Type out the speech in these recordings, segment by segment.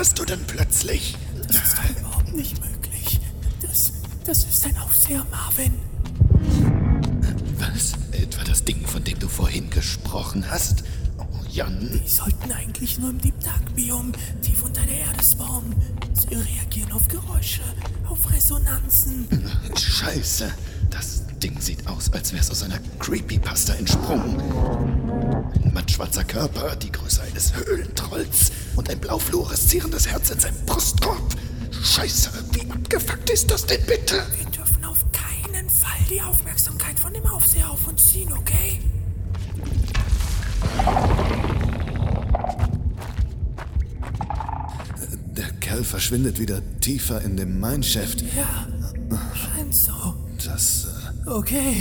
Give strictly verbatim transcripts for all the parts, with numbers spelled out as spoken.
hast du denn plötzlich? Das ist doch überhaupt nicht möglich. Das, das ist ein Aufseher, Marvin. Was? Etwa das Ding, von dem du vorhin gesprochen hast? Oh, Jan. Die sollten eigentlich nur im Deep Dark Biom tief unter der Erde spawnen. Sie reagieren auf Geräusche, auf Resonanzen. Scheiße. Das Ding sieht aus, als wär's aus einer Creepypasta entsprungen. Ein mattschwarzer Körper, die Größe eines Höhlentrolls und ein blau fluoreszierendes Herz in seinem Brustkorb. Scheiße, wie abgefuckt ist das denn bitte? Wir dürfen auf keinen Fall die Aufmerksamkeit von dem Aufseher auf uns ziehen, okay? Der Kerl verschwindet wieder tiefer in dem Mineshaft. Ja, scheint so. Das, äh... Okay,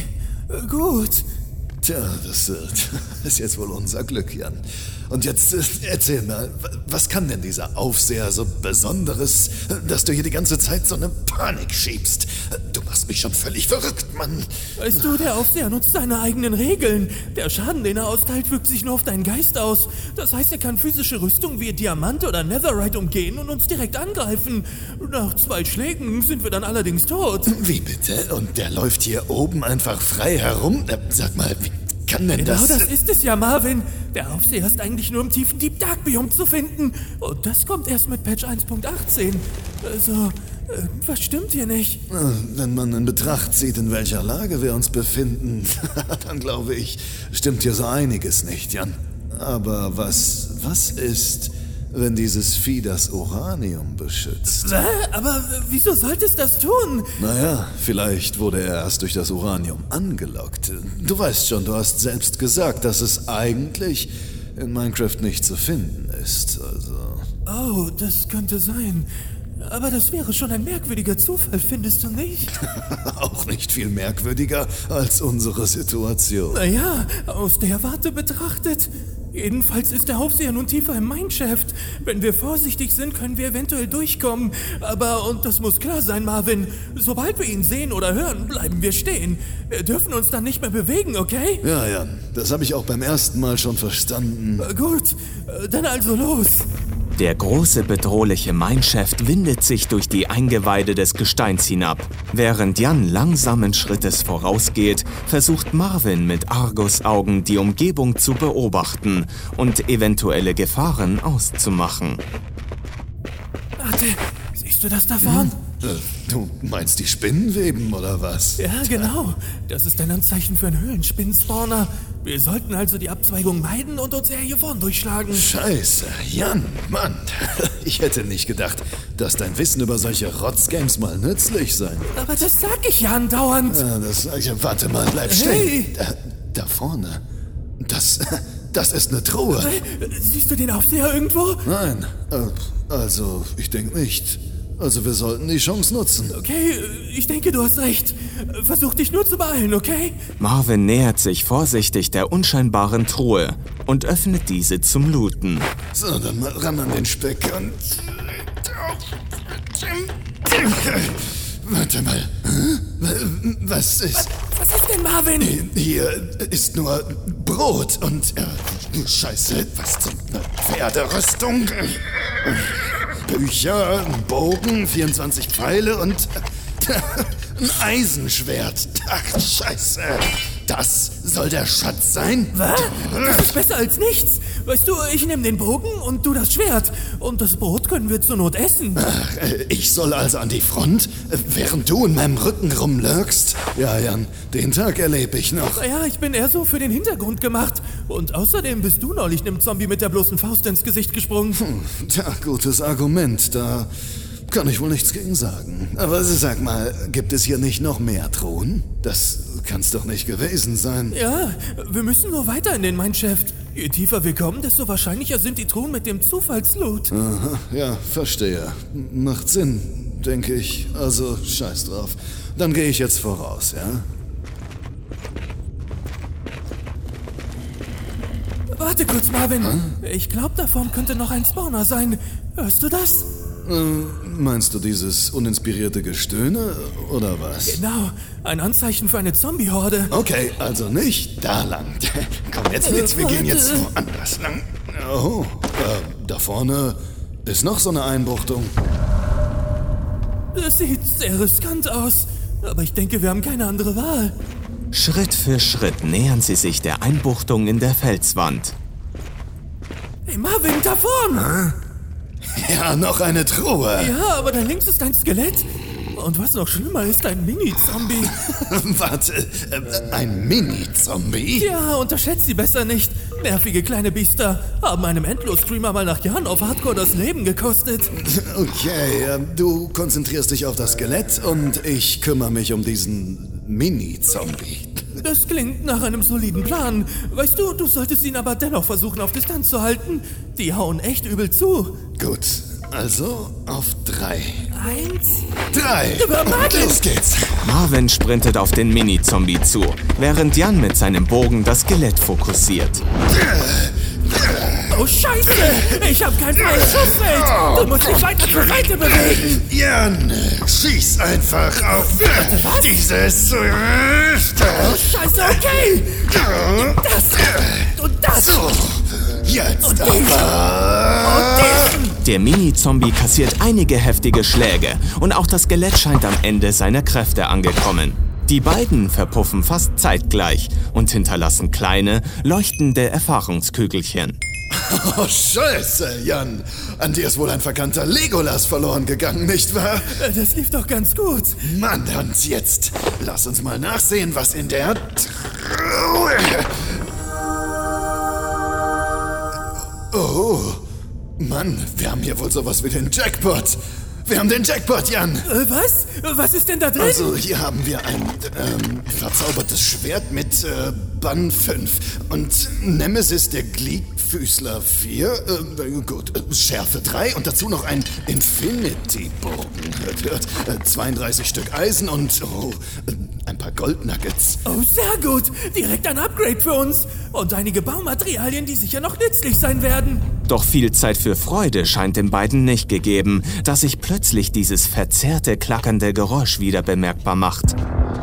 gut. Tja, das äh, ist jetzt wohl unser Glück, Jan. Und jetzt äh, erzähl mal, was kann denn dieser Aufseher so Besonderes, dass du hier die ganze Zeit so eine Panik schiebst? Du machst mich schon völlig verrückt, Mann. Weißt du, der Aufseher nutzt seine eigenen Regeln. Der Schaden, den er austeilt, wirkt sich nur auf deinen Geist aus. Das heißt, er kann physische Rüstung wie Diamant oder Netherite umgehen und uns direkt angreifen. Nach zwei Schlägen sind wir dann allerdings tot. Wie bitte? Und der läuft hier oben einfach frei herum? Sag mal, wie kann denn genau das... Genau das ist es ja, Marvin. Der Aufseher ist eigentlich nur im tiefen Deep Dark Biom zu finden. Und das kommt erst mit Patch eins Punkt achtzehn. Also, irgendwas stimmt hier nicht. Wenn man in Betracht zieht, in welcher Lage wir uns befinden, dann glaube ich, stimmt hier so einiges nicht, Jan. Aber was, was ist, wenn dieses Vieh das Uranium beschützt? Hä? Aber wieso sollte es das tun? Naja, vielleicht wurde er erst durch das Uranium angelockt. Du weißt schon, du hast selbst gesagt, dass es eigentlich in Minecraft nicht zu finden ist, also... Oh, das könnte sein. Aber das wäre schon ein merkwürdiger Zufall, findest du nicht? Auch nicht viel merkwürdiger als unsere Situation. Naja, aus der Warte betrachtet. Jedenfalls ist der Aufseher nun tiefer im Mineshaft. Wenn wir vorsichtig sind, können wir eventuell durchkommen. Aber, und das muss klar sein, Marvin, sobald wir ihn sehen oder hören, bleiben wir stehen. Wir dürfen uns dann nicht mehr bewegen, okay? Ja, ja, das habe ich auch beim ersten Mal schon verstanden. Äh, gut, dann also los. Der große, bedrohliche Mineshaft windet sich durch die Eingeweide des Gesteins hinab. Während Jan langsamen Schrittes vorausgeht, versucht Marvin mit Argusaugen die Umgebung zu beobachten und eventuelle Gefahren auszumachen. Warte, siehst du das da vorn? Hm? Äh, du meinst die Spinnenweben oder was? Ja, genau. Das ist ein Anzeichen für einen Höhlenspinnenspawner. Wir sollten also die Abzweigung meiden und uns eher hier vorn durchschlagen. Scheiße, Jan, Mann. Ich hätte nicht gedacht, dass dein Wissen über solche Rotzgames mal nützlich sein wird. Aber das sag ich ja andauernd. Ja, das sag ich. Warte mal, bleib stehen. Hey. Da, da vorne. Das, das ist eine Truhe. Siehst du den Aufseher irgendwo? Nein, äh, also ich denke nicht. Also wir sollten die Chance nutzen. Okay, ich denke, du hast recht. Versuch dich nur zu beeilen, okay? Marvin nähert sich vorsichtig der unscheinbaren Truhe und öffnet diese zum Looten. So, dann mal ran an den Speck und... Warte mal. Was ist... Was, was ist denn, Marvin? Hier ist nur Brot und... Äh, Scheiße, was zum... Pferderüstung... Bücher, ein Bogen, vierundzwanzig Pfeile und ein Eisenschwert. Ach, Scheiße. Das soll der Schatz sein? Was? Das ist besser als nichts. Weißt du, ich nehme den Bogen und du das Schwert. Und das Brot können wir zur Not essen. Ach, ich soll also an die Front, während du in meinem Rücken rumlurkst? Ja, Jan, den Tag erlebe ich noch. Naja, ich bin eher so für den Hintergrund gemacht. Und außerdem bist du neulich einem Zombie mit der bloßen Faust ins Gesicht gesprungen. Hm, tja, gutes Argument. Da kann ich wohl nichts gegen sagen. Aber sag mal, gibt es hier nicht noch mehr Truhen? Das kann's doch nicht gewesen sein. Ja, wir müssen nur weiter in den Mineshaft. Je tiefer wir kommen, desto wahrscheinlicher sind die Truhen mit dem Zufallsloot. Aha, ja, verstehe. Macht Sinn, denke ich. Also, scheiß drauf. Dann gehe ich jetzt voraus, ja? Warte kurz, Marvin. Hm? Ich glaube, da vorn könnte noch ein Spawner sein. Hörst du das? Äh, meinst du dieses uninspirierte Gestöhne oder was? Genau, ein Anzeichen für eine Zombie-Horde. Okay, also nicht da lang. Komm jetzt mit, wir gehen jetzt woanders lang. Oh, äh, da vorne ist noch so eine Einbuchtung? Das sieht sehr riskant aus, aber ich denke, wir haben keine andere Wahl. Schritt für Schritt nähern sie sich der Einbuchtung in der Felswand. Hey Marvin, da vorn! Ja, noch eine Truhe. Ja, aber da links ist ein Skelett. Und was noch schlimmer ist, ein Mini-Zombie. Warte, äh, ein Mini-Zombie? Ja, unterschätzt sie besser nicht. Nervige kleine Biester haben einem Endlos-Streamer mal nach Jahren auf Hardcore das Leben gekostet. Okay, äh, du konzentrierst dich auf das Skelett und ich kümmere mich um diesen Mini-Zombie. Das klingt nach einem soliden Plan. Weißt du, du solltest ihn aber dennoch versuchen, auf Distanz zu halten. Die hauen echt übel zu. Gut, also auf drei. Eins, Drei! Marvin! Los geht's! Marvin sprintet auf den Mini-Zombie zu, während Jan mit seinem Bogen das Skelett fokussiert. Oh Scheiße! Ich hab kein freies Schussfeld! Du musst dich weiter zur Seite bewegen! Jan, schieß einfach auf Was? dieses... Oh Scheiße, okay! Das und das! So, jetzt Und diesen! aber... Und diesen! Der Mini-Zombie kassiert einige heftige Schläge und auch das Skelett scheint am Ende seiner Kräfte angekommen. Die beiden verpuffen fast zeitgleich und hinterlassen kleine, leuchtende Erfahrungskügelchen. Oh, Scheiße, Jan. An dir ist wohl ein verkannter Legolas verloren gegangen, nicht wahr? Das lief doch ganz gut. Mann, und jetzt lass uns mal nachsehen, was in der Truhe... Oh, Mann, wir haben hier wohl sowas wie den Jackpot. Wir haben den Jackpot, Jan. Äh, was? Was ist denn da drin? Also, hier haben wir ein ähm, verzaubertes Schwert mit äh, Bann fünf und Nemesis der Gliedfüßler vier, äh, gut, äh, Schärfe drei und dazu noch ein Infinity-Bogen. Hört, hört, äh, zweiunddreißig Stück Eisen und oh, äh, ein paar Goldnuggets. Oh, sehr gut. Direkt ein Upgrade für uns. Und einige Baumaterialien, die sicher noch nützlich sein werden. Doch viel Zeit für Freude scheint den beiden nicht gegeben, da sich plötzlich dieses verzerrte, klackernde Geräusch wieder bemerkbar macht.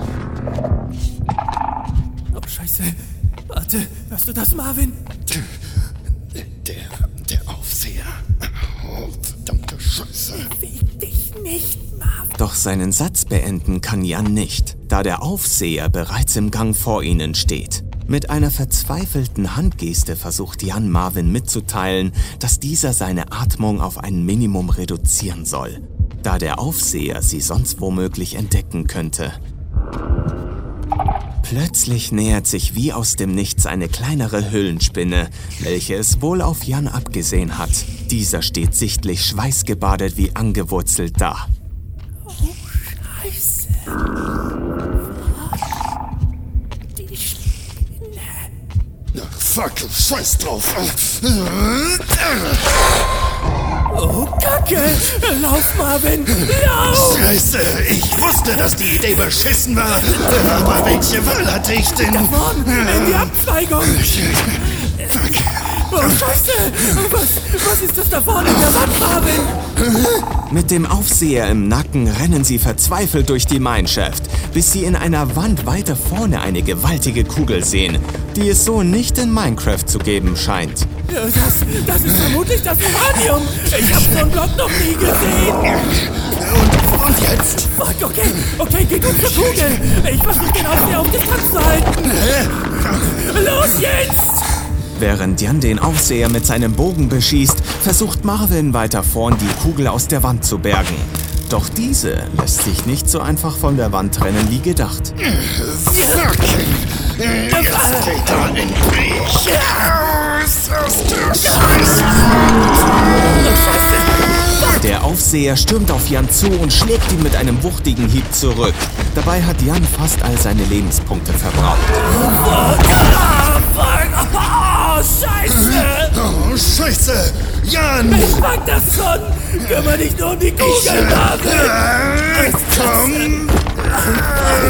Oh, Scheiße. Warte, hörst du das, Marvin? Der, der Aufseher. Oh, verdammte Scheiße. Beweg dich nicht, Marvin. Doch seinen Satz beenden kann Jan nicht, da der Aufseher bereits im Gang vor ihnen steht. Mit einer verzweifelten Handgeste versucht Jan Marvin mitzuteilen, dass dieser seine Atmung auf ein Minimum reduzieren soll, da der Aufseher sie sonst womöglich entdecken könnte. Plötzlich nähert sich wie aus dem Nichts eine kleinere Höhlenspinne, welche es wohl auf Jan abgesehen hat. Dieser steht sichtlich schweißgebadet wie angewurzelt da. Oh, Scheiße. Die Spinne. Ach, fuck, scheiß drauf. Oh, Kacke. Lauf, Marvin. Lauf. Scheiße, ich wusste, dass die Idee beschissen war. Aber welche Wahl hatte ich denn? Da vorn, in die Abzweigung. Oh, Scheiße. Was, was ist das da vorne in der Wand, Marvin? Mit dem Aufseher im Nacken rennen sie verzweifelt durch die Mineshaft, bis sie in einer Wand weiter vorne eine gewaltige Kugel sehen, die es so nicht in Minecraft zu geben scheint. Ja, das, das ist vermutlich das Uranium. Ich hab so einen Block noch nie gesehen. Und, und jetzt? Fuck, okay, okay, geh du zur Kugel. Ich versuche den Aufseher auf Distanz zu halten. Los jetzt! Während Jan den Aufseher mit seinem Bogen beschießt, versucht Marvin weiter vorn die Kugel aus der Wand zu bergen. Doch diese lässt sich nicht so einfach von der Wand trennen wie gedacht. Fuck! Jetzt geht er in mich! Raus aus der Scheiße! Der Aufseher stürmt auf Jan zu und schlägt ihn mit einem wuchtigen Hieb zurück. Dabei hat Jan fast all seine Lebenspunkte verbraucht. Ah, fuck! Oh, Scheiße! Oh, Scheiße! Jan! Ich pack das schon! Kümmer dich nur um die Kugel, Marvin! Äh, komm!